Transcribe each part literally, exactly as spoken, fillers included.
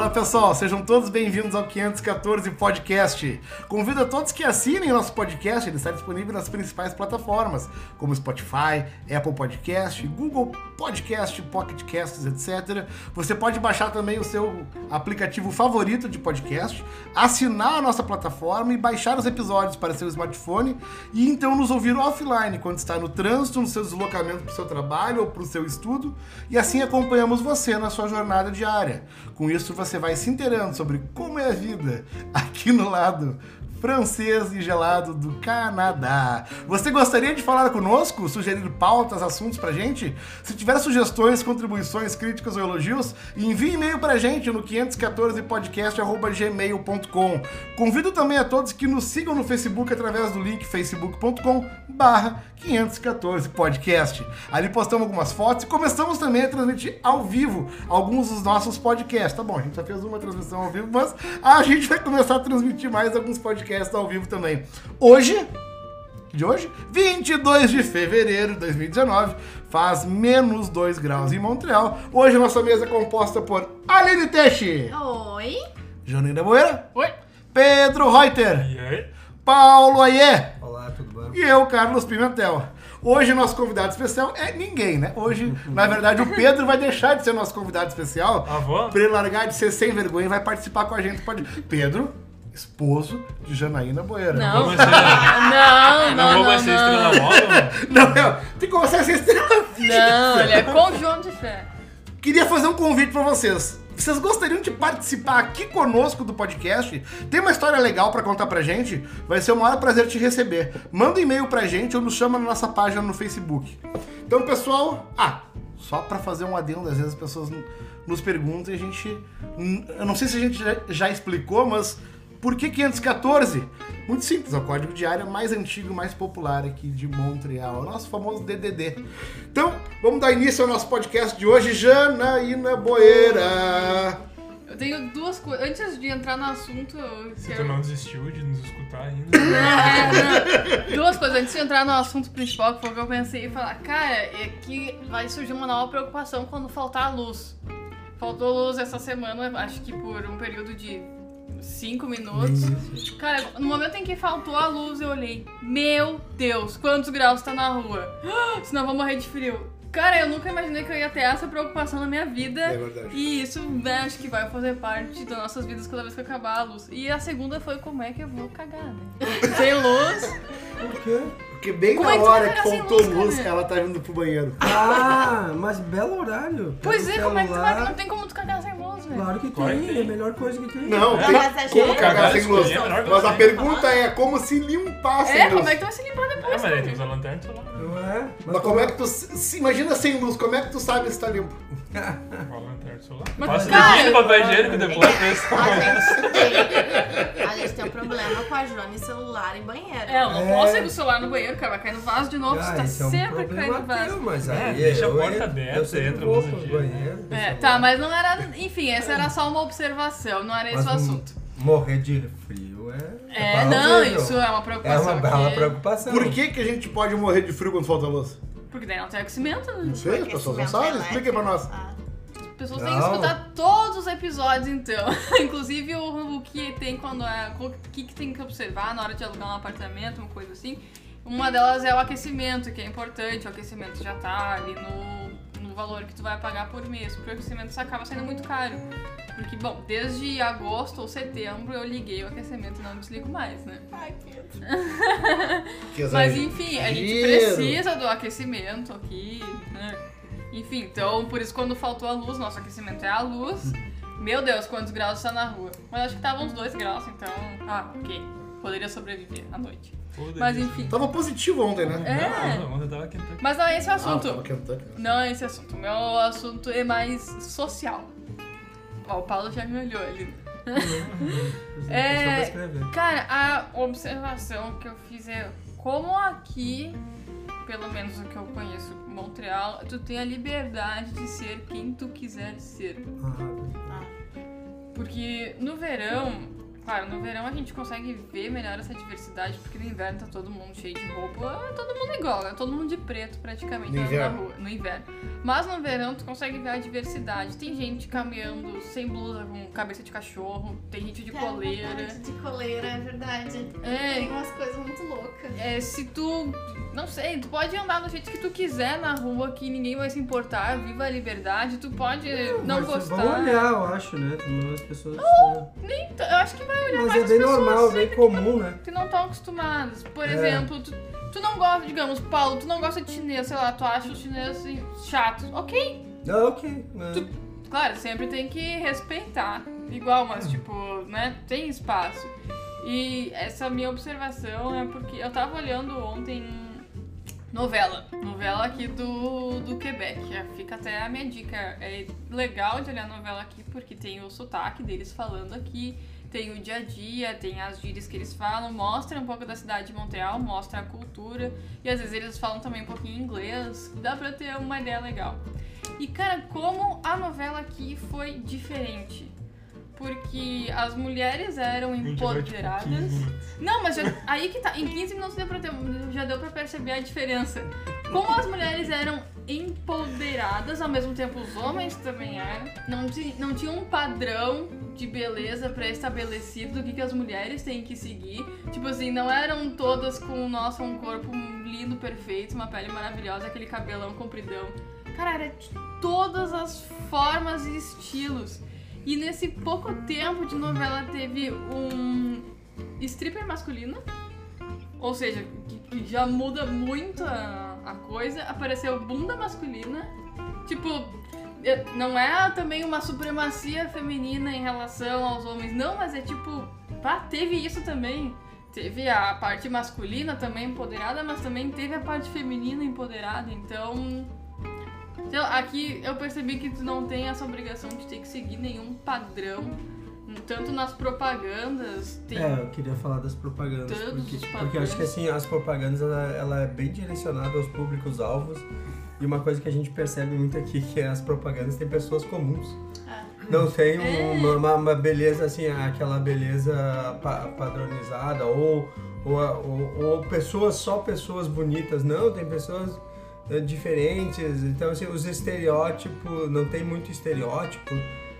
Fala pessoal, sejam todos bem-vindos ao quinhentos e quatorze Podcast. Convido a todos que assinem nosso podcast, ele está disponível nas principais plataformas, como Spotify, Apple Podcast, Google Podcast, Pocket Casts, etcétera. Você pode baixar também o seu aplicativo favorito de podcast, assinar a nossa plataforma e baixar os episódios para seu smartphone e então nos ouvir offline quando está no trânsito, no seu deslocamento para o seu trabalho ou para o seu estudo, e assim acompanhamos você na sua jornada diária. Com isso você vai se inteirando sobre como é a vida aqui no lado francês e gelado do Canadá. Você gostaria de falar conosco, sugerir pautas, assuntos pra gente? Se tiver sugestões, contribuições, críticas ou elogios, envie e-mail pra gente no quinhentos e quatorze podcast arroba gmail ponto com. Convido também a todos que nos sigam no Facebook através do link facebook ponto com barra quinhentos e quatorze podcast. Ali postamos algumas fotos e começamos também a transmitir ao vivo alguns dos nossos podcasts. Tá bom, a gente já fez uma transmissão ao vivo, mas a gente vai começar a transmitir mais alguns podcasts ao vivo também. Hoje, de hoje, vinte e dois de fevereiro de dois mil e dezenove, faz menos dois graus em Montreal. Hoje a nossa mesa é composta por Aline Teixe. Oi. Janina Boeira. Oi. Pedro Reuter. E aí? Paulo Aie. Olá, tudo bom? E eu, Carlos Pimentel. Hoje o nosso convidado especial é ninguém, né? Hoje, na verdade, o Pedro vai deixar de ser nosso convidado especial Avô? pra ele largar de ser sem vergonha e vai participar com a gente. Pode... Pedro, esposo de Janaína Boeira. Não. Vou ser, Não, não, não, vou não, ser não. estrela moda, Não, não, tem que começar a ser estrela. Não, ele é conjunto de fé. Queria fazer um convite pra vocês. Vocês gostariam de participar aqui conosco do podcast? Tem uma história legal pra contar pra gente? Vai ser o maior prazer te receber. Manda um e-mail pra gente ou nos chama na nossa página no Facebook. Então, pessoal, ah, só pra fazer um adendo, às vezes as pessoas nos perguntam e a gente... Eu não sei se a gente já, já explicou, mas por que quinhentos e quatorze? Muito simples, é o código de área mais antigo, mais popular aqui de Montreal, o nosso famoso D D D. Então, vamos dar início ao nosso podcast de hoje, Janaína Boeira. Eu tenho duas coisas. Antes de entrar no assunto. Se que tu eu- não desistiu de nos escutar ainda. É, não. Duas coisas. Antes de entrar no assunto principal, que foi o que eu pensei e falar, cara, é que vai surgir uma nova preocupação quando faltar luz. Faltou luz essa semana, acho que por um período de cinco minutos. Isso. Cara, no momento em que faltou a luz, eu olhei, meu Deus, quantos graus tá na rua? Senão eu vou morrer de frio. Cara, eu nunca imaginei que eu ia ter essa preocupação na minha vida. É verdade. E isso, né, acho que vai fazer parte das nossas vidas cada vez que acabar a luz. E a segunda foi como é que eu vou cagar, né? Sem luz. Por quê? Porque bem Como na é que tu vai hora que cagar sem faltou luz, luz, cara? ela tá vindo pro banheiro. Ah, mas belo horário. Pois Pega é, o como é que tu vai? celular. Não tem como tu cagar sem luz, velho. Claro que Claro tem, que é tem. a melhor coisa que tem. Não, É, tem mas a como gente- cagar sem luz. É a melhor Mas a coisa. pergunta é como se limpar sem É, luz. como é que tu vai se limpar É, depois, mas aí cara? tem que usar lanterna solar. Não é? Mas como é que tu... Se, imagina sem luz, como é que tu sabe se tá limpo? Qual lanterna solar? Mas, Passa cara, dedinho no papel higiênico depois. pensa. A gente tem, a gente tem um problema com a Jane e celular em banheiro. É, eu não É. posso ir com o celular no banheiro, cara, vai cair no vaso de novo, Ah, você tá esse é um sempre problema caindo no vaso. teu, mas É, aí deixa a eu porta entro- aberta, eu sempre entra vou luz pro no dia. banheiro. É, tá, mas não era. Enfim, essa era só uma observação, não era esse Mas o assunto. Morrer de frio é... É, é não, horrível. isso é uma É preocupação. uma bela que- preocupação. Por que que a gente pode morrer de frio quando falta luz? Porque daí não tem aquecimento, né? Não sei, as pessoas não sabem. Explica pra nós. Ah, As pessoas têm que Não. escutar todos os episódios, então. Inclusive o, o que tem quando é. O que, que tem que observar na hora de alugar um apartamento, uma coisa assim. Uma delas é o aquecimento, que é importante. O aquecimento já tá ali no, no valor que tu vai pagar por mês. Porque o aquecimento acaba sendo muito caro. Porque, bom, desde agosto ou setembro eu liguei o aquecimento e não desligo mais, né? ai, Pedro. Que Mas exagero. enfim, a gente precisa do aquecimento aqui, né? Enfim, então por isso quando faltou a luz, nosso aquecimento é a luz. Meu Deus, quantos graus está na rua? Mas acho que tava uns dois graus, então. Ah, ok. Poderia sobreviver à noite. Foda-se. Mas enfim. Tava positivo ontem, né? É. Não, não, ontem tava quente. Mas não é esse o Ah, assunto. tava Kentucky, né? Não é esse assunto. O meu assunto é mais social. Ó, o Paulo já me olhou ali. É, Só pra escrever. Cara, a observação que eu fiz é como aqui, pelo menos o que eu conheço, Montreal, tu tem a liberdade de ser quem tu quiser ser. Ah, Porque no verão, Claro, no verão a gente consegue ver melhor essa diversidade, porque no inverno tá todo mundo cheio de roupa, é todo mundo igual, é todo mundo de preto praticamente No na inverno. rua, no inverno. Mas no verão tu consegue ver a diversidade. Tem gente caminhando sem blusa, com cabeça de cachorro, tem gente de É coleira. verdade, de coleira, é verdade. É. Tem umas coisas muito loucas. É, se tu, não sei, tu pode andar do jeito que tu quiser na rua, que ninguém vai se importar, viva a liberdade, tu pode não Mas gostar. Vão olhar, eu acho, né? Também as pessoas. né? Nem t- eu acho que vai olhar Mas mais é as bem pessoas normal, bem comum, né? que não estão acostumadas. Por É. exemplo, tu, tu não gosta, digamos, Paulo, tu não gosta de chinês, sei lá, tu acha os chineses assim, chatos. Ok, Ah, ok. né? claro, sempre tem que respeitar. Igual, mas tipo, né, tem espaço. E essa minha observação é porque eu tava olhando ontem novela. Novela aqui do, do Quebec. Já fica até a minha dica. É legal de olhar novela aqui porque tem o sotaque deles falando aqui. Tem o dia a dia, tem as gírias que eles falam, mostra um pouco da cidade de Montreal, mostra a cultura. E às vezes eles falam também um pouquinho inglês. Dá pra ter uma ideia legal. E cara, como a novela aqui foi diferente. Porque as mulheres eram Gente, agora, tipo, empoderadas. quinze minutos. Não, mas já, aí que tá, em quinze minutos deu pra ter, já deu pra perceber a diferença. Como as mulheres eram empoderadas, ao mesmo tempo os homens também eram. Não, ti- não tinha um padrão de beleza pré-estabelecido do que, que as mulheres têm que seguir. Tipo assim, não eram todas com, nossa, um corpo lindo, perfeito, uma pele maravilhosa, aquele cabelão compridão. Cara, era de todas as formas e estilos. E nesse pouco tempo de novela teve um stripper masculino, ou seja, que, que já muda muito a, a coisa. Apareceu bunda masculina, tipo, é- não é também uma supremacia feminina em relação aos homens, não, mas é tipo, pá, teve isso também. Teve a parte masculina também empoderada, mas também teve a parte feminina empoderada, então... Então, aqui eu percebi que tu não tem essa obrigação de ter que seguir nenhum padrão, tanto nas propagandas, tem... É, eu queria falar das propagandas, Todos porque, os porque eu acho que assim, as propagandas ela, ela é bem direcionada aos públicos-alvos e uma coisa que a gente percebe muito aqui que é as propagandas têm pessoas comuns. Ah. Não tem É. uma, uma, uma beleza assim, aquela beleza pa- padronizada ou, ou, ou, ou pessoas, só pessoas bonitas, não, tem pessoas é, diferentes, então assim, os estereótipos, não tem muito estereótipo.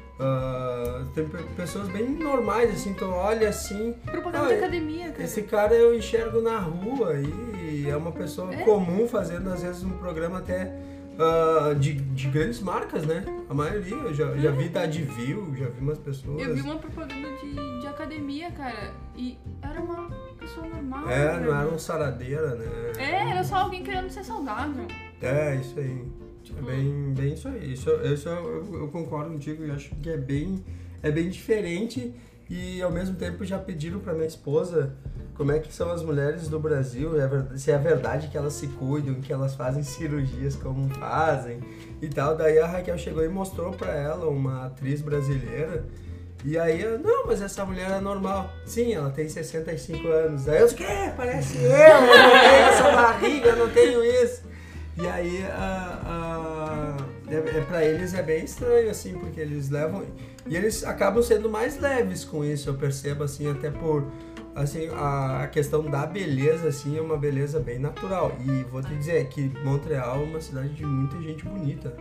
Uh, tem pe- pessoas bem normais, assim, então olha assim. Propaganda ah, de academia, cara. Esse cara eu enxergo na rua e é uma pessoa É. comum fazendo às vezes um programa até ah, de, de grandes marcas, né? A maioria, eu já, já vi da Advil, já vi umas pessoas. Eu vi uma propaganda de, de academia, cara, e era uma pessoa normal. É, cara. não era um saradeira, né? É, era só alguém querendo ser saudável. É, isso aí. Tipo, É bem, bem isso aí. Isso, isso eu, eu concordo contigo e acho que é bem, é bem diferente e ao mesmo tempo já pediram pra minha esposa como é que são as mulheres do Brasil, é ver- se é verdade que elas se cuidam, que elas fazem cirurgias como fazem e tal. Daí a Raquel chegou e mostrou pra ela uma atriz brasileira e aí, eu, não, mas essa mulher é normal. Sim, ela tem sessenta e cinco anos. Aí eu disse, que? Parece eu, eu não tenho essa barriga, eu não tenho isso. E aí, a, a, é, é, pra eles é bem estranho, assim, porque eles levam... E eles acabam sendo mais leves com isso, eu percebo, assim, até por... Assim, a, a questão da beleza, assim, é uma beleza bem natural. E vou te dizer que Montreal é uma cidade de muita gente bonita.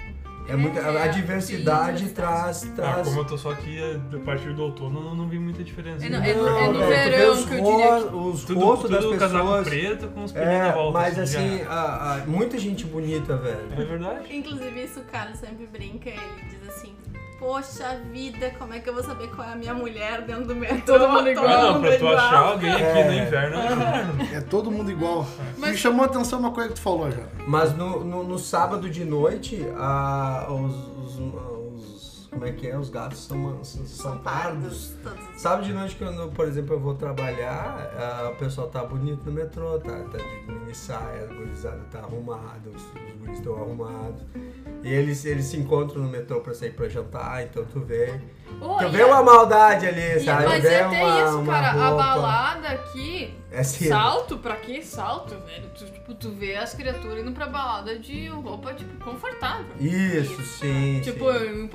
É muita, a, a É, diversidade sim, traz... Ah, traz como eu tô só aqui a partir do outono, não, não vi muita diferença. É no- né? é no- é no velho, tu vê verão os que eu diria que- ro- Os Tudo, rostos das tudo casaco pessoas... preto com os pelinhos É, na volta. mas assim, assim, já. a, a, muita gente bonita, velho. É verdade. Inclusive, isso o cara sempre brinca, ele diz assim, poxa vida, como é que eu vou saber qual é a minha mulher dentro do metrô? Todo mundo igual. Ah, não, pra tu igual. achar alguém aqui É. no inverno, é inverno. É todo mundo igual. Mas- Me chamou a atenção uma coisa que tu falou já. Mas no, no, no sábado de noite, a, os, os, os- Como é que é? Os gatos são, são, São pardos. pardos, todos. Sábado de noite, quando, por exemplo, eu vou trabalhar, ah, o pessoal tá bonito no metrô, tá, tá de mini saia, a gurizada tá arrumada, os, os guris estão arrumados. E eles, eles se encontram no metrô pra sair pra jantar, então tu vê. Oh, Tu e vê a- uma maldade ali, e- sabe? Mas vê é até uma, isso, uma cara. A roupa. balada aqui, É assim. salto, pra que salto, velho? Tu, tipo, tu vê as criaturas indo pra balada de roupa, tipo, confortável. Isso, sim. Tipo, sim. o importante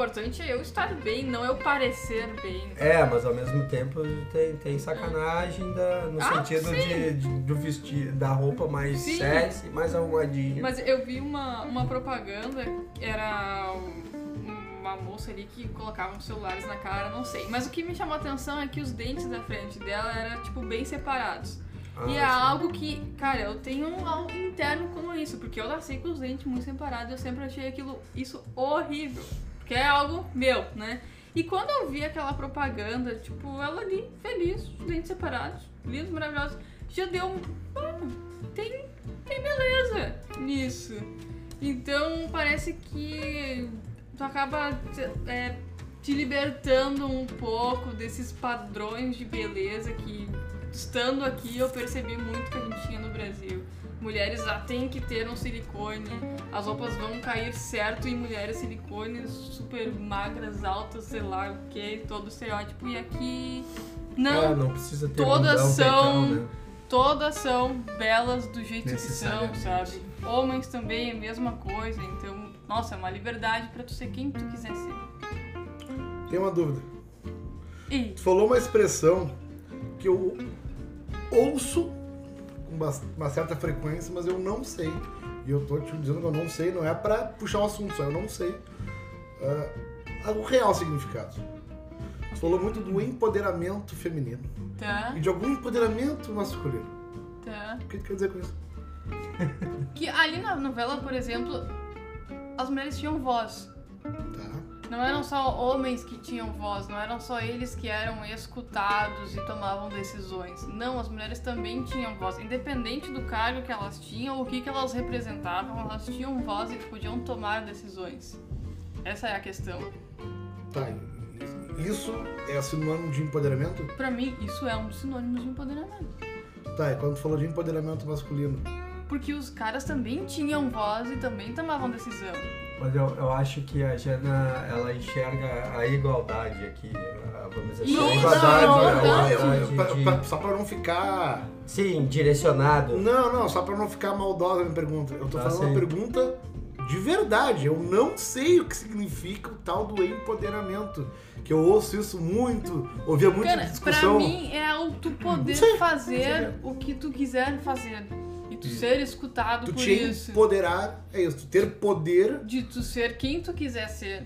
eu estar bem, não eu parecer bem. É, mas ao mesmo tempo tem, tem sacanagem da, no Ah, sentido sim. de, de, do vestir, da roupa mais Sim. sexy, mais arrumadinha. Mas eu vi uma, uma propaganda, era uma moça ali que colocava uns celulares na cara, não sei. Mas o que me chamou a atenção é que os dentes da frente dela eram, tipo, bem separados. Ah, e é sim. algo que, cara, eu tenho algo interno com isso, porque eu nasci com os dentes muito separados e eu sempre achei aquilo, isso horrível. Porque é algo meu, né? E quando eu vi aquela propaganda, tipo, ela ali, feliz, os dentes separados, lindos, maravilhosos, já deu um... Ah, tem, tem beleza nisso. Então, parece que tu acaba é, te libertando um pouco desses padrões de beleza que, estando aqui, eu percebi muito que a gente tinha no Brasil. Mulheres já têm que ter um silicone, as roupas vão cair certo em mulheres silicones super magras, altas, sei lá o que, todo estereótipo. E aqui, não, Ah, não precisa ter todas um, um são- peitão, né? todas são belas do jeito que são, Necessariamente. sabe? Homens também é a mesma coisa, então, nossa, é uma liberdade pra tu ser quem tu quiser ser. Tem uma dúvida. E Tu falou uma expressão que eu ouço com bas- uma certa frequência, mas eu não sei. E eu tô te dizendo que eu não sei, não é pra puxar o assunto, só eu não sei ah, o real significado. Tu falou muito do empoderamento feminino tá, e de algum empoderamento masculino. tá. O que tu quer dizer com isso? Que ali na novela, por exemplo, as mulheres tinham voz. Tá. Não eram só homens que tinham voz, não eram só eles que eram escutados e tomavam decisões. Não, as mulheres também tinham voz. Independente do cargo que elas tinham ou o que, que elas representavam, elas tinham voz e podiam tomar decisões. Essa é a questão. Tá. e Isso é sinônimo de empoderamento? Pra mim, isso é um dos sinônimos de empoderamento. Tá, e quando tu falou de empoderamento masculino? Porque os caras também tinham voz e também tomavam decisão. Mas eu, eu acho que a Jana, ela enxerga a igualdade aqui, a- vamos dizer assim, Não, a igualdade, não, a não. igualdade Eu- pra- de- pra- só pra não ficar... Sim, direcionado. Não, não, só pra não ficar maldosa a minha pergunta. Eu tô Tá, fazendo uma sei. pergunta de verdade. Eu não sei o que significa o tal do empoderamento. Que eu ouço isso muito, ouvia muito Cara, discussão. pra mim é o tu poder Sim, fazer sim. o que tu quiser fazer. E tu Isso. ser escutado Tu por te isso. empoderar, é isso, tu ter poder. De tu ser quem tu quiser ser.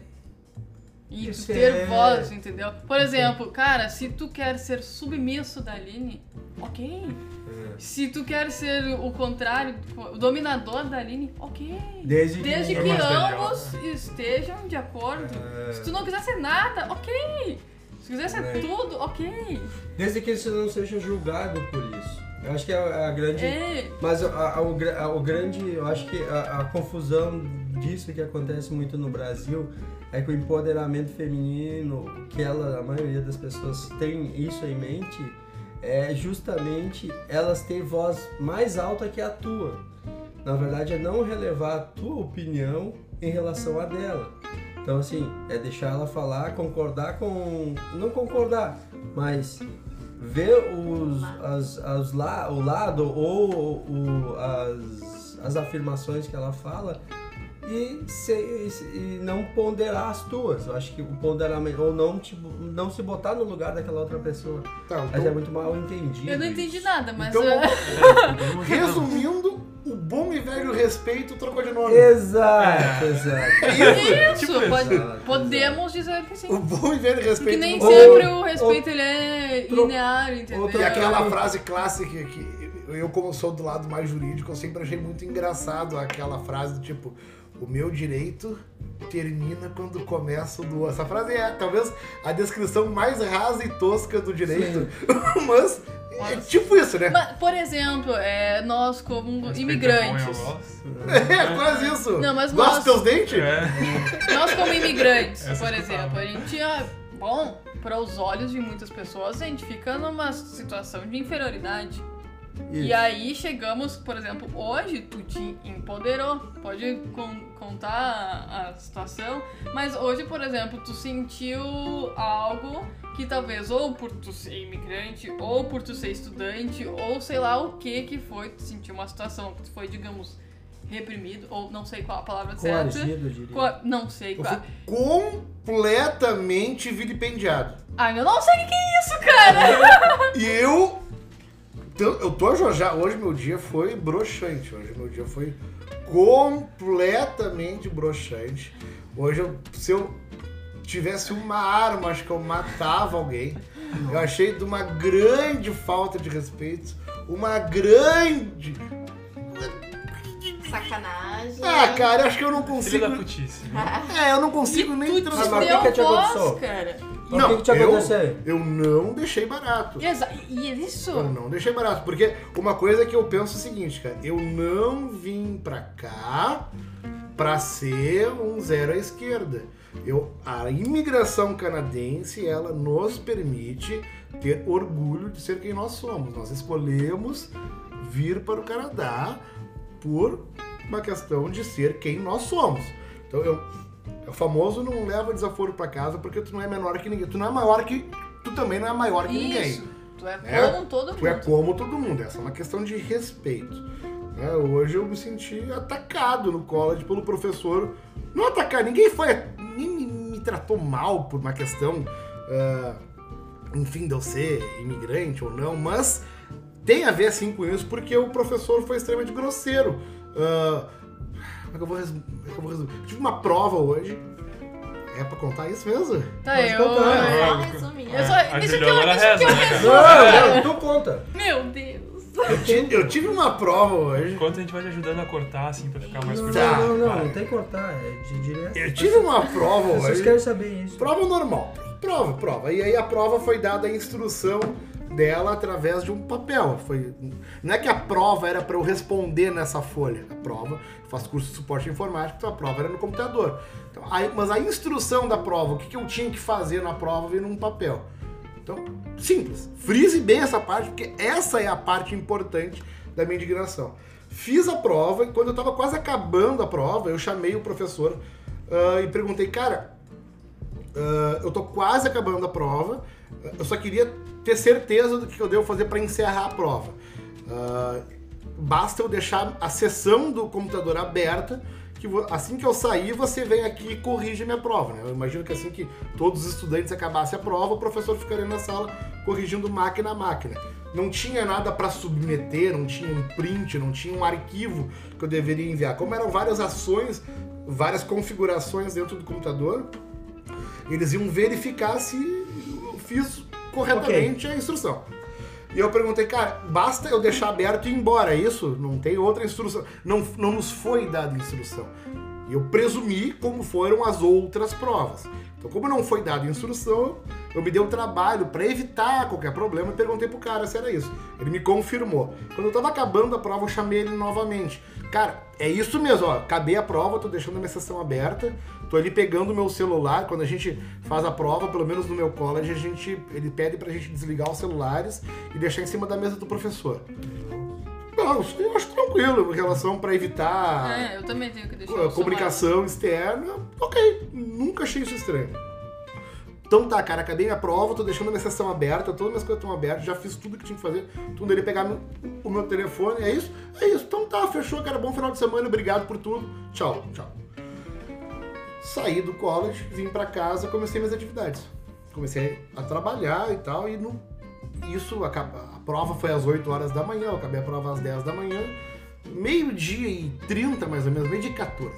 E Isso tu ter é- voz, entendeu? Por exemplo, cara, se tu quer ser submisso da Aline, ok. É. Se tu quer ser o contrário, o dominador da Aline, ok. Desde, Desde que, que Mas melhor, ambos estejam de acordo. É. Se tu não quiser ser nada, ok. Se quiser ser É. tudo, ok. desde que você não seja julgado por isso. Eu acho que é a, a grande... É. Mas a, a- o, gra- a- o grande, eu acho que a, a confusão disso que acontece muito no Brasil é que o empoderamento feminino, que ela, a maioria das pessoas tem isso em mente, é justamente elas têm voz mais alta que a tua. Na verdade, é não relevar a tua opinião em relação à dela. Então, assim, é deixar ela falar, concordar com... Não concordar, mas ver os, as, as la, o lado ou o, as, as afirmações que ela fala e, se, e não ponderar as tuas. Eu acho que o ponderamento, ou não, tipo, não se botar no lugar daquela outra pessoa. Tá, Mas é então, muito mal entendido. Eu não entendi isso. nada, mas. Então, uh, resumindo, o bom e velho respeito trocou de nome. Exato, exato. isso, Tipo pode- exato, podemos dizer que sim. O bom e velho Porque respeito. nem não- sempre Ou- o respeito ele é outro- linear, entendeu? outro- E aquela frase clássica que eu, como sou do lado mais jurídico, eu sempre achei muito engraçado aquela frase do tipo, o meu direito termina quando começa o do... Essa frase é talvez a descrição mais rasa e tosca do direito, mas é tipo isso, né? Mas, por exemplo, é, nós como Respeito imigrantes, é bom, eu gosto. É quase isso. Não, mas Gosta nós- dos teus dentes? É. nós como imigrantes, Essa por eu exemplo, escutava. a gente tinha, bom, para os olhos de muitas pessoas, a gente fica numa situação de inferioridade. E Isso. aí chegamos, por exemplo, hoje tu te empoderou, pode con- contar a, a situação, mas hoje, por exemplo, tu sentiu algo que talvez ou por tu ser imigrante, ou por tu ser estudante, ou sei lá o que que foi, tu sentiu uma situação que tu foi, digamos, reprimido, ou não sei qual a palavra certa. Coagido, eu diria. Co- Não sei Eu qual. fui completamente vilipendiado. Ai, eu não sei o que que é isso, cara! E eu. então, Eu tô já. Hoje meu dia foi broxante. Hoje meu dia foi completamente broxante. Hoje, eu, se eu tivesse uma arma, acho que eu matava alguém. Eu achei de uma grande falta de respeito. Uma grande. Sacanagem. Ah, cara, eu acho que eu não Filho consigo. da putice. É, eu não consigo E nem tu Ah, mas o transformar. que deu que te voz, aconteceu? cara. Mas o que que te eu, aconteceu? eu não deixei barato. Exa e é isso? Eu não deixei barato, porque uma coisa que eu penso é o seguinte, cara, eu não vim pra cá pra ser um zero à esquerda. Eu, a imigração canadense, ela nos permite ter orgulho de ser quem nós somos. Nós escolhemos vir para o Canadá por uma questão de ser quem nós somos. Então, eu, é o famoso não leva desaforo pra casa porque tu não é menor que ninguém. Tu não é maior que... Tu também não é maior que ninguém. Isso. Tu é É, como todo mundo. Tu é como todo mundo, essa é uma questão de respeito. Né? Hoje eu me senti atacado no college pelo professor. Não atacar, ninguém foi. Nem me, me tratou mal por uma questão, ah, enfim, de eu ser imigrante ou não, mas tem a ver sim com isso, porque o professor foi extremamente grosseiro. Ah, como é que eu vou resumir? Como é que eu vou resumir? Eu tive uma prova hoje. É pra contar isso mesmo? Tá, Pode eu... contar. eu- Só resumir. Eu só... A Deixa que eu, Juliana deixa que eu reza, né, resumo. Não, não, tu conta. Meu Deus. Eu, ti- eu tive uma prova hoje. Enquanto a gente vai te ajudando a cortar, assim, pra ficar mais Não, curto. Tá. não, não, não tem que cortar, é de direto. Eu tive uma prova Vocês hoje. querem saber isso. Prova normal. Prova, prova. E aí a prova foi dada a instrução dela através de um papel. Foi... Não é que a prova era para eu responder nessa folha. A prova, eu faço curso de suporte informático, então a prova era no computador. Então, aí, mas a instrução da prova, o que, que eu tinha que fazer na prova, veio num papel. Então, simples. Frise bem essa parte, porque essa é a parte importante da minha indignação. Fiz a prova e quando eu estava quase acabando a prova, eu chamei o professor ah, e perguntei, cara, ah, eu tô quase acabando a prova, eu só queria ter certeza do que eu devo fazer para encerrar a prova. Ah, basta eu deixar a sessão do computador aberta, que vo- assim que eu sair, você vem aqui e corrige minha prova. Né? Eu imagino que assim que todos os estudantes acabassem a prova, o professor ficaria na sala corrigindo máquina a máquina. Não tinha nada para submeter, não tinha um print, não tinha um arquivo que eu deveria enviar. Como eram várias ações, várias configurações dentro do computador, eles iam verificar se eu fiz corretamente a instrução. E eu perguntei, cara, basta eu deixar aberto e ir embora, é isso? Não tem outra instrução. Não, não nos foi dada instrução. E eu presumi como foram as outras provas. Então, como não foi dada instrução, eu me dei o trabalho para evitar qualquer problema e perguntei pro cara se era isso. Ele me confirmou. Quando eu tava acabando a prova, eu chamei ele novamente. Cara, é isso mesmo, ó. Acabei a prova, tô deixando a minha sessão aberta, tô ali pegando o meu celular. Quando a gente faz a prova, pelo menos no meu college, a gente, ele pede pra gente desligar os celulares e deixar em cima da mesa do professor. Não, isso eu acho tranquilo em relação para evitar É, eu também tenho que deixar a o celular. comunicação externa. Ok, nunca achei isso estranho. Então tá, cara, acabei minha prova, tô deixando a minha sessão aberta, todas as minhas coisas estão abertas, já fiz tudo que tinha que fazer, tudo ele pegar meu- o meu telefone, é isso? É isso, então tá, fechou, cara, bom final de semana, obrigado por tudo, tchau, tchau. Saí do college, vim pra casa, comecei minhas atividades. Comecei a trabalhar e tal, e no, isso, a, a prova foi às oito horas da manhã, eu acabei a prova às dez da manhã, meio-dia e trinta mais ou menos, meio-dia e quatorze.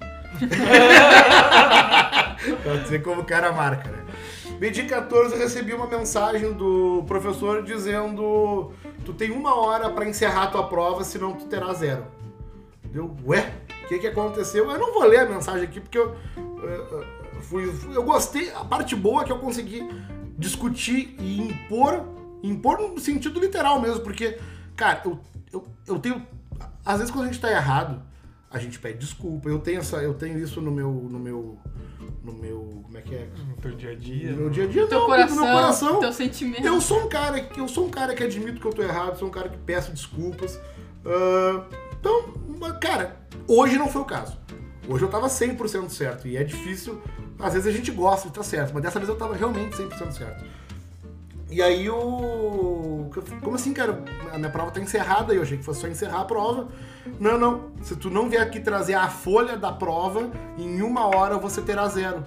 Pra dizer como o cara marca, né? Meio-dia e quatorze eu recebi uma mensagem do professor dizendo: tu tem uma hora pra encerrar a tua prova, senão tu terá zero. Deu, ué, o que que aconteceu? Eu não vou ler a mensagem aqui porque eu, eu, fui, eu gostei, a parte boa é que eu consegui discutir e impor, impor no sentido literal mesmo, porque, cara, eu, eu, eu tenho, às vezes quando a gente tá errado, a gente pede desculpa, eu tenho, essa, eu tenho isso no meu, no meu, no meu, como é que é? No teu dia a dia. No meu dia a dia, Teu não, coração, no meu coração. teu sentimento. Eu sou um cara que eu sou um cara que admito que eu tô errado, sou um cara que peço desculpas. Ah, então, mas, cara, hoje não foi o caso. Hoje eu tava cem por cento certo e é difícil, às vezes a gente gosta de estar certo, mas dessa vez eu tava realmente cem por cento certo. E aí o... Como assim, cara? A minha prova tá encerrada. Eu achei que fosse só encerrar a prova. Não, não. Se tu não vier aqui trazer a folha da prova, em uma hora você terá zero.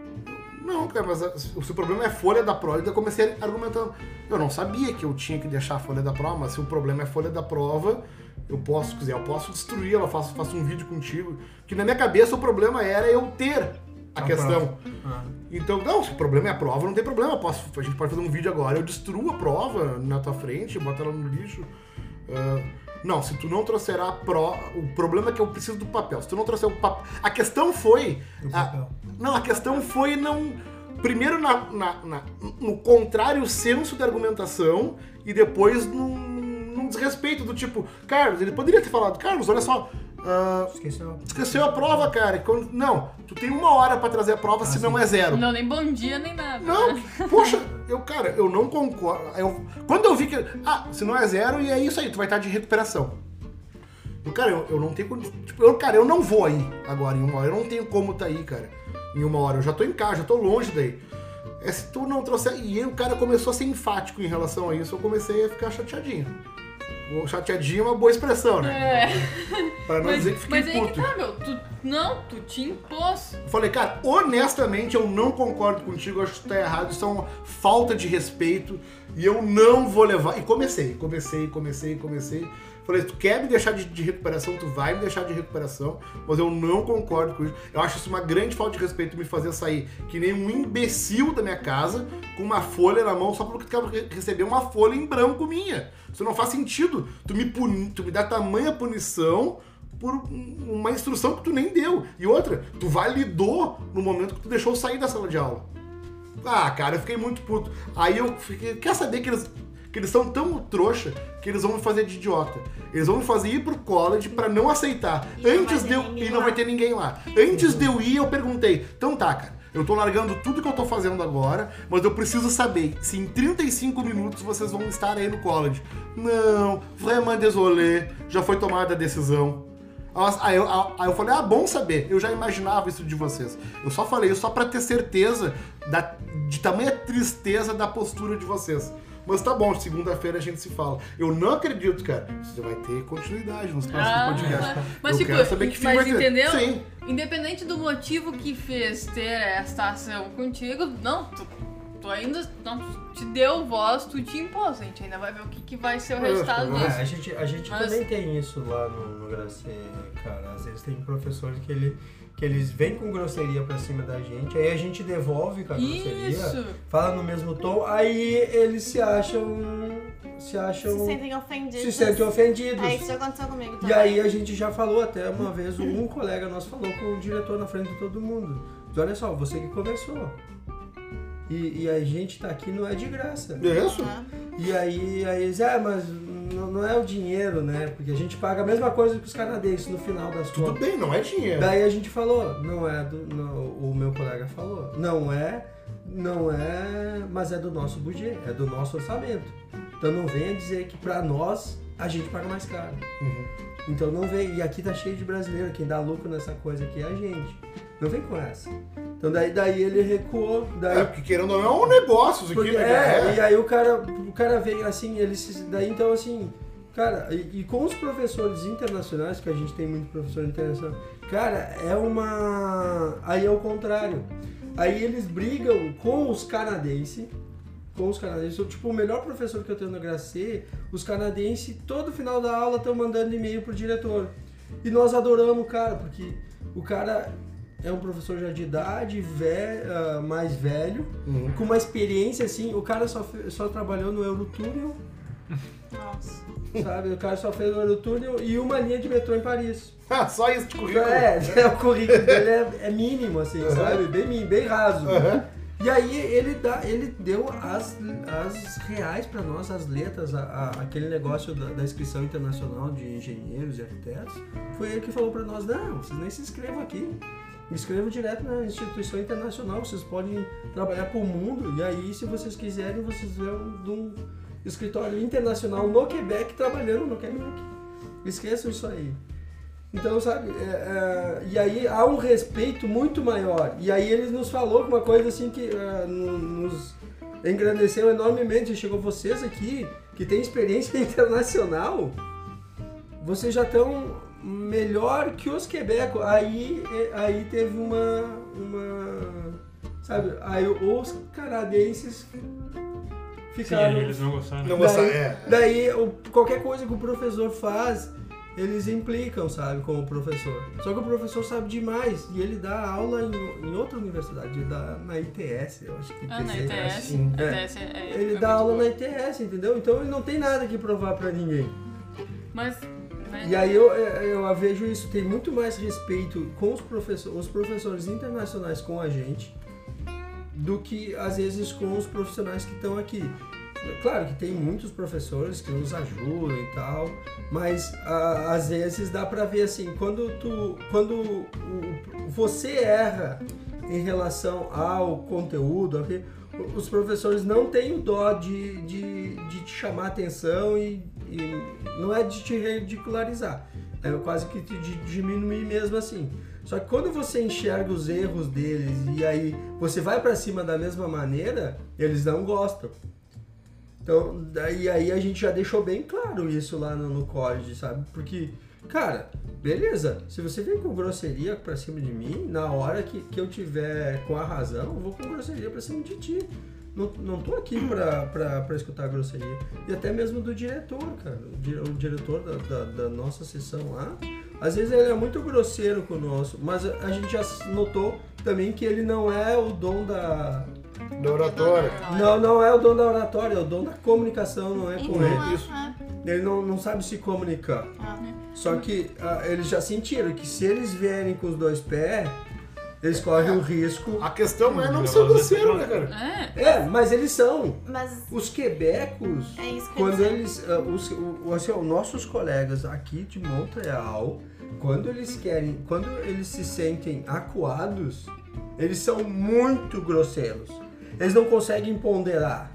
Não, cara, mas o seu problema é folha da prova. E eu comecei argumentando. Eu não sabia que eu tinha que deixar a folha da prova, mas se o problema é folha da prova, eu posso, se quiser, eu posso destruir ela, faço, faço um vídeo contigo. Que na minha cabeça o problema era eu ter a, a questão. Ah. Então, não, se o problema é a prova, não tem problema. Eu posso, a gente pode fazer um vídeo agora, eu destruo a prova na tua frente, boto ela no lixo. Uh, não, se tu não trouxer a prova, o problema é que eu preciso do papel. Se tu não trouxer o papel. A questão foi. A, não, a questão foi não. Primeiro na, na, na, no contrário senso da argumentação e depois num, num desrespeito do tipo, Carlos, ele poderia ter falado, Carlos, olha só. Uh, esqueceu. esqueceu a prova, cara. Não, tu tem uma hora pra trazer a prova, ah, senão sim. é zero. Não, nem bom dia, nem nada. Não, né? Poxa, eu, cara, eu não concordo. Eu, quando eu vi que, ah, se não é zero, e é isso aí, tu vai estar de recuperação. Eu, cara, eu, eu não tenho, tipo, eu, cara, eu não vou aí agora em uma hora, eu não tenho como tá aí, cara, em uma hora. Eu já tô em casa, já tô longe daí. É se tu não trouxer... E aí o cara começou a ser enfático em relação a isso, eu comecei a ficar chateadinho. O chateadinho é uma boa expressão, né? É. Pra não mas, dizer que fiquei mas puto. Mas aí que tá, meu. Tu, não, tu te impôs. Eu falei, cara, honestamente eu não concordo contigo, eu acho que tu tá errado, isso é uma falta de respeito e eu não vou levar... E comecei, comecei, comecei, comecei. Falei, tu quer me deixar de, de recuperação, tu vai me deixar de recuperação, mas eu não concordo com isso. Eu acho isso uma grande falta de respeito me fazer sair que nem um imbecil da minha casa com uma folha na mão só porque tu quer receber uma folha em branco minha. Isso não faz sentido. Tu me, puni, tu me dá tamanha punição por uma instrução que tu nem deu. E outra, tu validou no momento que tu deixou eu sair da sala de aula. Ah, cara, eu fiquei muito puto. Aí eu fiquei, quer saber que eles... que eles são tão trouxa que eles vão me fazer de idiota. Eles vão me fazer ir pro college pra não aceitar. E Antes de eu... E não vai ter ninguém lá. Antes de eu ir, eu perguntei, então tá, cara, eu tô largando tudo que eu tô fazendo agora, mas eu preciso saber se em trinta e cinco minutos vocês vão estar aí no college. Não, vraiment désolé, já foi tomada a decisão. Aí eu, aí eu falei, ah, bom saber, eu já imaginava isso de vocês. Eu só falei isso só pra ter certeza da, de tamanha tristeza da postura de vocês. Mas tá bom, segunda-feira a gente se fala. Eu não acredito, cara. Você vai ter continuidade nos próximos ah, podcasts. Mas, eu tipo, quero saber que fim mas vai ter. Entendeu? Sim. Independente do motivo que fez ter esta ação contigo, não, tu, tu ainda não te deu voz, tu te impôs. A gente ainda vai ver o que, que vai ser o resultado é, disso. A gente, a gente mas... também tem isso lá no, no Gracê, cara. Às vezes tem professores que ele... que eles vêm com grosseria pra cima da gente, aí a gente devolve com a grosseria, Isso. fala no mesmo tom, aí eles se acham... Se acham... Se sentem ofendidos. Se sentem ofendidos. É, isso já aconteceu comigo também. E aí a gente já falou até uma vez, um colega nosso falou com o diretor na frente de todo mundo. Diz, olha só, você que começou. E, e a gente tá aqui não é de graça. Isso. E aí, aí eles, ah, mas não, não é o dinheiro, né? Porque a gente paga a mesma coisa que os canadenses no final das Tudo contas. bem, não é dinheiro. Daí a gente falou, não é do... Não, o meu colega falou, não é, não é, mas é do nosso budget, é do nosso orçamento. Então não venha dizer que pra nós a gente paga mais caro. Uhum. Então não vem, e aqui tá cheio de brasileiro, quem dá lucro nessa coisa aqui é a gente. Não vem com essa. Então daí, daí ele recuou. Daí... É, porque querendo ou não é um negócio isso aqui, Porque, né? É, e aí o cara, o cara veio assim, ele se, daí então assim, cara, e, e com os professores internacionais, que a gente tem muito professor internacional, cara, é uma... Aí é o contrário. Aí eles brigam com os canadenses, com os canadenses, tipo, o melhor professor que eu tenho no Gracê, os canadenses, todo final da aula estão mandando e-mail pro diretor. E nós adoramos o cara, porque o cara é um professor já de idade, velho, uh, mais velho, uhum. com uma experiência assim, o cara só, só trabalhou no Eurotúnel. Nossa. Sabe, o cara só fez o Eurotúnel e uma linha de metrô em Paris. Ah, só isso de currículo? É, é o currículo dele é, é mínimo, assim, uhum. sabe? Bem, bem raso. Uhum. E aí ele, dá, ele deu as, as reais para nós, as letras, a, a, aquele negócio da, da inscrição internacional de engenheiros e arquitetos. Foi ele que falou para nós, não, vocês nem se inscrevam aqui. Me inscrevam direto na instituição internacional, vocês podem trabalhar para o mundo. E aí, se vocês quiserem, vocês vão de um escritório internacional no Quebec, trabalhando no Quebec. Esqueçam isso aí. Então, sabe, é, é, e aí há um respeito muito maior. E aí ele nos falou uma coisa assim que é, nos, engrandeceu enormemente. Chegou vocês aqui, que tem experiência internacional, vocês já estão melhor que os quebecos. Aí, aí teve uma, uma... Sabe? Aí os canadenses ficaram... Sim, eles não gostaram. Não Daí, gostaram, é. daí o, qualquer coisa que o professor faz, eles implicam, sabe, com o professor. Só que o professor sabe demais e ele dá aula em, em outra universidade, ele dá na I T S, eu acho que Ah, na I T S. Sim. A É. I T S é, Ele é dá muito aula boa. na I T S, entendeu? Então ele não tem nada que provar pra ninguém. Mas. mas- E aí eu, eu, eu vejo isso, tem muito mais respeito com os, professor, os professores internacionais com a gente do que às vezes com os profissionais que estão aqui. Claro que tem muitos professores que nos ajudam e tal, mas a, às vezes dá pra ver assim, quando tu, quando o, o- você erra em relação ao conteúdo, aqui, os professores não têm o dó de, de, de te chamar atenção e, e não é de te ridicularizar, é quase que de diminuir mesmo assim. Só que quando você enxerga os erros deles e aí você vai pra cima da mesma maneira, eles não gostam. Então, daí aí a gente já deixou bem claro isso lá no, no college, sabe? Porque, cara, beleza, se você vem com grosseria pra cima de mim, na hora que, que eu tiver com a razão, eu vou com grosseria pra cima de ti. Não, não tô aqui pra, pra, pra escutar grosseria. E até mesmo do diretor, cara. O, di- o diretor da, da, da nossa sessão lá, às vezes ele é muito grosseiro conosco, mas a, a gente já notou também que ele não é o dom da... Da oratória. Não, não é o dom da oratória, é o dom da comunicação, não é com Então, ele. é, isso. é. Ele não, não sabe se comunicar. Ah, Só que ah, eles já sentiram que se eles vierem com os dois pés, eles correm o risco. A questão é não Hum, ser eu grosseiro, gosto né, desse cara? É. É, mas eles são. Mas Os quebecos, é isso que eu quando ia dizer. eles. ah, os, o- assim, ó, nossos colegas aqui de Montreal, quando eles querem. Quando eles se sentem acuados, eles são muito grosseiros. Eles não conseguem ponderar.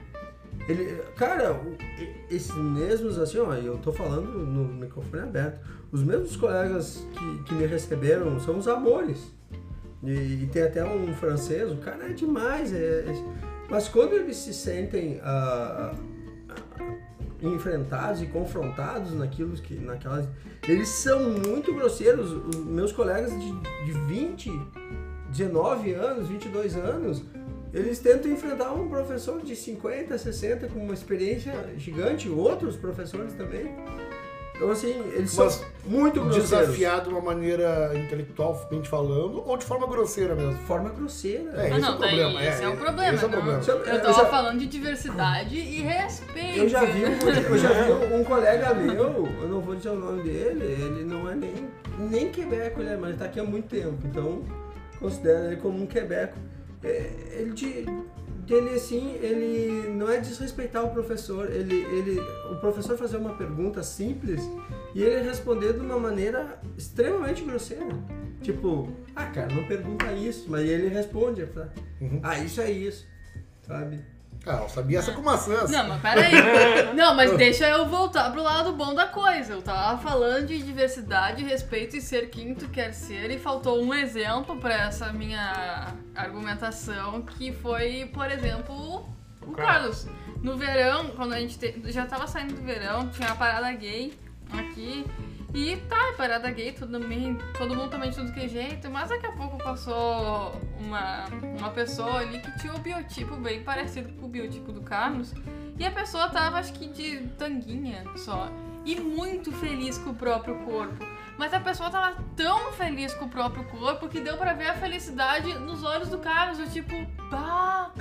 Ele, cara, o- e- esses mesmos, assim, ó, eu tô falando no microfone aberto, os mesmos colegas que, que me receberam são os amores. E, e tem até um francês, o cara é demais, é, é- mas quando eles se sentem ah, ah, enfrentados e confrontados naquilo que, naquelas, eles são muito grosseiros. Os meus colegas de, de vinte, dezenove anos, vinte e dois anos, eles tentam enfrentar um professor de cinquenta, sessenta com uma experiência gigante, outros professores também. Então, assim, eles Mas são muito grosseiros. Desafiado de uma maneira intelectualmente falando ou de forma grosseira mesmo? De forma grosseira. É, Ah, esse é não, o daí problema, esse é, é, o problema. esse é o não. problema. Eu Eu já- tava falando de diversidade e respeito. Eu já vi, um, eu já vi um colega meu, eu não vou dizer o nome dele, ele não é nem, nem quebeco, ele é, mas ele tá aqui há muito tempo, então considero ele como um quebeco. É, ele de, dele assim, ele não é desrespeitar o professor, ele, ele, o professor fazer uma pergunta simples e ele responder de uma maneira extremamente grosseira. Tipo, ah cara, não pergunta isso, mas ele responde, tá? Uhum. Ah, isso é isso, sabe? Ah, eu sabia essa com maçãs. Não, mas peraí. Não, mas deixa eu voltar pro lado bom da coisa. Eu tava falando de diversidade, respeito e ser quem tu quer ser, e faltou um exemplo pra essa minha argumentação, que foi, por exemplo, o Carlos. No verão, quando a gente te... já tava saindo do verão, tinha a parada gay aqui. E tá, parada gay, todo mundo, todo mundo também de tudo que é jeito, mas daqui a pouco passou uma, uma pessoa ali que tinha o biotipo bem parecido com o biotipo do Carlos, e a pessoa tava, acho que de tanguinha só, e muito feliz com o próprio corpo. Mas a pessoa tava tão feliz com o próprio corpo que deu pra ver a felicidade nos olhos do Carlos, eu tipo, pá,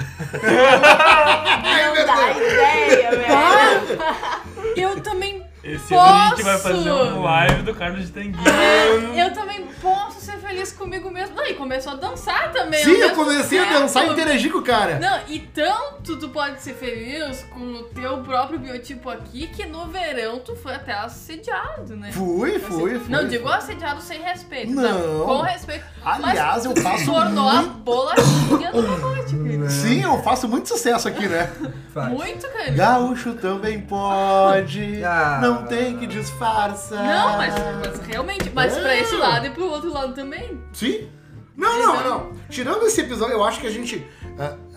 Não dá ideia, velho. eu também Esse ano a gente vai Posso? fazer um live do Carlos de Tanguinha. Eu também posso ser feliz comigo mesmo. Não, e começou a dançar também. Sim, ao eu mesmo comecei a tempo. dançar e interagir com o cara. Não, e tanto tu pode ser feliz com o teu próprio biotipo aqui, que no verão tu foi até assediado, né? Fui, fui, fui. Não digo assediado sem respeito. Não. Com respeito. Aliás, mas eu tu faço se tornou a muito- bolachinha do pacote, querido. Sim, eu faço muito sucesso aqui, né? Faz. Muito, cara. Gaúcho também pode, Ah. não tem que disfarçar. Não, mas, mas realmente, mas pra É. esse lado e pro outro lado também. Sim? Não, não, não. Tirando esse episódio, eu acho que a gente... ah,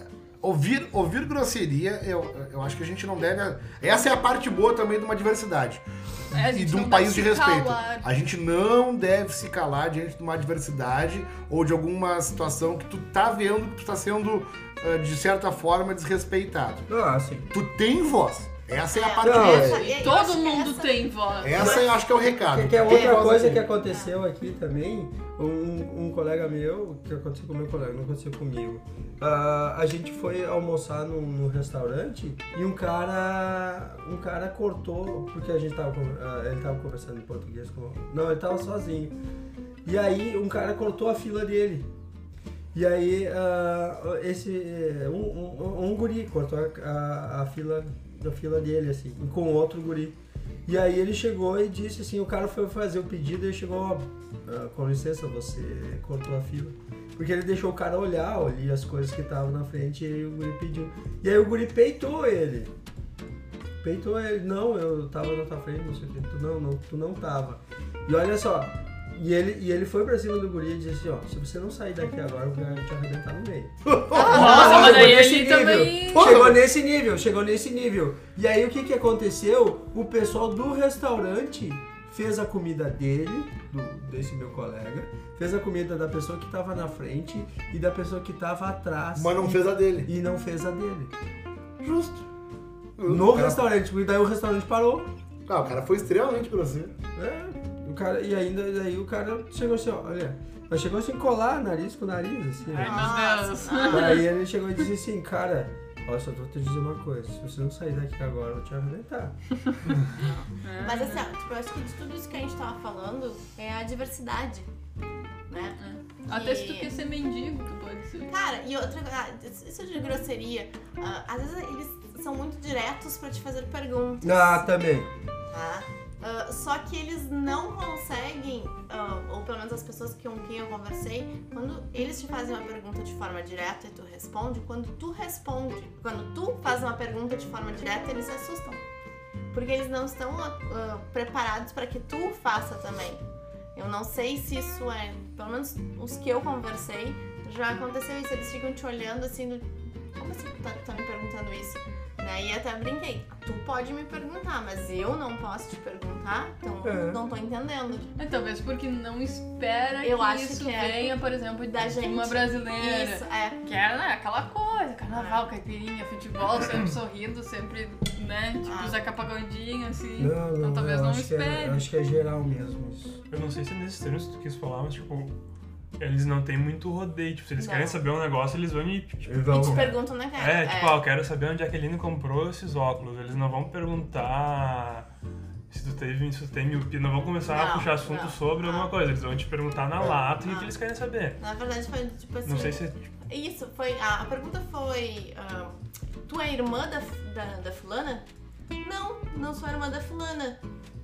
ouvir, ouvir grosseria, eu, eu acho que a gente não deve... Essa é a parte boa também de uma diversidade. É, a E gente de um não país de deve se respeito. calar. A gente não deve se calar diante de uma adversidade ou de alguma situação que tu tá vendo que tu tá sendo, eh, de certa forma, desrespeitado. Ah, sim. Tu tem voz. Essa é a É, parte não, boa. é- essa- eu Todo acho que mundo essa- tem voz. Essa eu acho que é o recado. Que, que é Tu tem outra voz coisa aqui. que aconteceu aqui também, um, um colega meu, que aconteceu com meu colega, não aconteceu comigo. Ah, a gente foi almoçar num, num restaurante e um cara, um cara cortou, porque a gente tava, con- ah, ele tava conversando em português com... Não, ele tava sozinho. E aí um cara cortou a fila dele. E aí ah, esse, um, um, um guri cortou a, a, a fila, a fila dele, assim, com outro guri. E aí ele chegou e disse assim, o cara foi fazer o pedido e ele chegou, ó, ah, com licença, você cortou a fila. Porque ele deixou o cara olhar, olhar as coisas que estavam na frente e o guri pediu. E aí o guri peitou ele. Peitou ele, não, eu tava na tua frente, não sei o que, tu não, não, tu não tava. E olha só, e ele, e ele foi pra cima do guri e disse assim, ó, se você não sair daqui agora, eu vou te arrebentar no meio. Nossa, mas daí Chegou nesse ele nível. também... Chegou nesse nível, chegou nesse nível. E aí o que que aconteceu? O pessoal do restaurante fez a comida dele, do, desse meu colega, fez a comida da pessoa que tava na frente e da pessoa que tava atrás. Mas não e, fez a dele. E não fez a dele. Justo. No O cara- restaurante, e daí o restaurante parou. Ah, o cara foi extremamente grosseiro. É, o cara, e ainda daí o cara chegou assim, ó, olha, mas chegou assim colar nariz com nariz, assim. Ai, ó. meu Deus. Aí ele chegou e disse assim, cara, olha, só vou te dizer uma coisa, se você não sair daqui agora, eu vou te arrebentar. Mas assim, ó, tipo, eu acho que de tudo isso que a gente tava falando é a diversidade, né? Até E- se tu quer ser mendigo, tu pode ser. Cara, e outra ah, isso de grosseria, ah, às vezes eles são muito diretos pra te fazer perguntas. Ah, também. Tá? Ah, só que eles não conseguem, ah, ou pelo menos as pessoas com quem eu conversei, quando eles te fazem uma pergunta de forma direta e tu responde, quando tu responde, quando tu faz uma pergunta de forma direta, eles se assustam. Porque eles não estão ah, preparados para que tu faça também. Eu não sei se isso é, pelo menos os que eu conversei, já aconteceu isso, eles ficam te olhando assim, do, como assim tu tá, tá me perguntando isso? Né? E até brinquei, tu pode me perguntar, mas eu não posso te perguntar, então É. não tô entendendo. É, talvez porque não espera Eu que acho isso que é venha, por exemplo, da de gente. uma brasileira. Isso, é. Que é, né, aquela coisa, carnaval, caipirinha, futebol, sempre sorrindo, sempre, né, tipo Ah. Zeca Pagodinho, assim. Não, não, então talvez eu não acho que é, espere. eu acho que é geral mesmo isso. Eu não sei se é nesses termos que tu quis falar, mas tipo, eles não têm muito rodeio. Tipo, se eles Não. querem saber um negócio, eles vão e tipo, Eles E vão- te perguntam, né, cara? é, tipo, ah, eu quero saber onde a Jaqueline comprou esses óculos. Eles não vão perguntar se tu teve, se tu tem miopia, não vão começar a Não, puxar assunto não. sobre alguma Ah. coisa. Eles vão te perguntar na lata e o Ah. que eles querem saber. Na verdade foi tipo assim. Não sei se tipo, Isso, foi. A, a pergunta foi. ah, tu é irmã da, da, da fulana? Não, não sou irmã da fulana.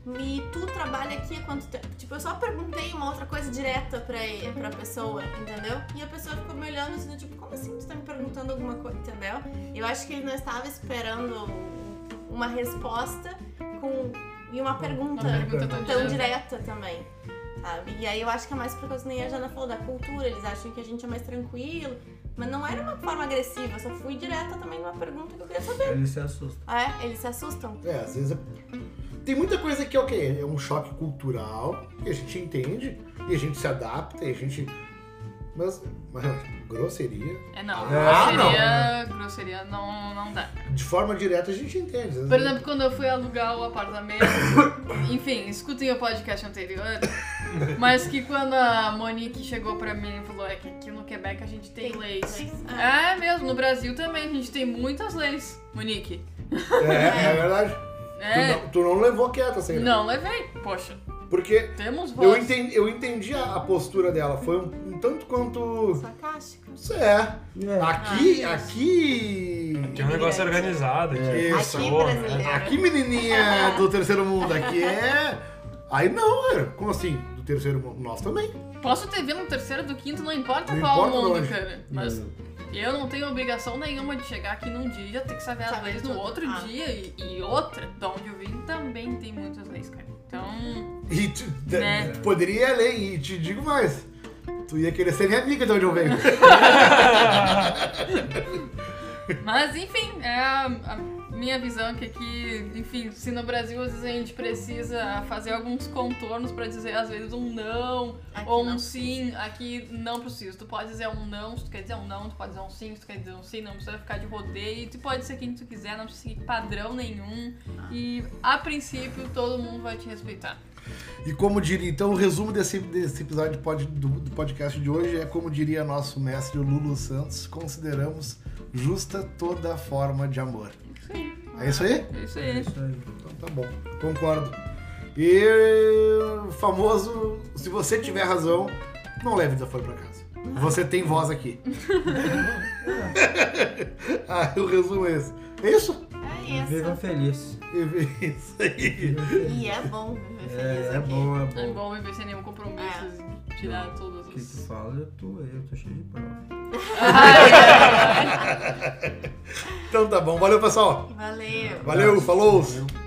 E tu trabalha aqui há quanto tempo? Tipo, eu só perguntei uma outra coisa direta pra, ele, pra pessoa, entendeu? E a pessoa ficou me olhando assim, tipo, como assim tu tá me perguntando alguma coisa, entendeu? Eu acho que ele não estava esperando uma resposta com, e uma pergunta, Uma pergunta tão tão direta. direta também. Sabe? E aí eu acho que é mais por causa, nem a Jana falou, da cultura, eles acham que a gente é mais tranquilo, mas não era uma forma agressiva, eu só fui direta também numa pergunta que eu queria saber. Eles se assustam. É, eles se assustam. É, às vezes... é- Tem muita coisa que, ok, é um choque cultural, que a gente entende, e a gente se adapta, e a gente... Mas, mas grosseria... É, não, Ah, grosseria, grosseria não, não dá. De forma direta a gente entende. às vezes- Por exemplo, quando eu fui alugar o apartamento, enfim, escutem o podcast anterior, mas que quando a Monique chegou pra mim e falou, é que aqui no Quebec a gente tem, Tem leis. leis, É mesmo, no Brasil também a gente tem muitas leis, Monique. É, é verdade. É, Tu, não, tu não levou quieta, assim. não levei, poxa, Porque temos eu voz. entendi, eu entendi a, a postura dela. Foi um, um tanto quanto... Sarcástico. Isso é. É. Aqui, Ah, aqui... que é um negócio organizado aqui. É. Aqui, Isso, brasileiro. Aqui, menininha do terceiro mundo, aqui é... Aí não, cara. Como assim? Do terceiro mundo? Nós também. Posso ter vindo no terceiro, do quinto, não importa Não qual importa mundo, onde. cara. Mas eu não tenho obrigação nenhuma de chegar aqui num dia e já ter que saber as Saber leis no tudo. outro Ah. dia. E, e outra, de onde eu vim, também tem muitas leis, cara. Então, E tu, Né? tu poderia ir além. E te digo mais. Tu ia querer ser minha amiga de onde eu venho. Mas, enfim, é a, a minha visão que aqui, enfim, se no Brasil às vezes a gente precisa fazer alguns contornos pra dizer às vezes um não Aqui ou um não sim, aqui não precisa. Tu pode dizer um não, se tu quer dizer um não, tu pode dizer um sim, se tu quer dizer um sim, não precisa ficar de rodeio, tu pode ser quem tu quiser, não precisa seguir padrão nenhum e, a princípio, todo mundo vai te respeitar. E como diria, então o resumo desse, desse episódio de pod, do, do podcast de hoje é como diria nosso mestre Lulu Santos, consideramos justa toda forma de amor. Isso aí. É isso aí? É isso aí. Isso aí. Então tá bom, concordo. E famoso, se você tiver razão, não leve desaforo pra casa. Você tem voz aqui. Ah, o resumo é esse. É isso? É isso. Viva feliz. É isso aí. Viva feliz. E é bom viver feliz É, é aqui. bom, é É bom. bom viver sem nenhum compromisso, É. tirar todas O que tu as... fala, eu tô, eu tô cheio de prova. Então tá bom, valeu pessoal. Valeu. Valeu, falou! Valeu.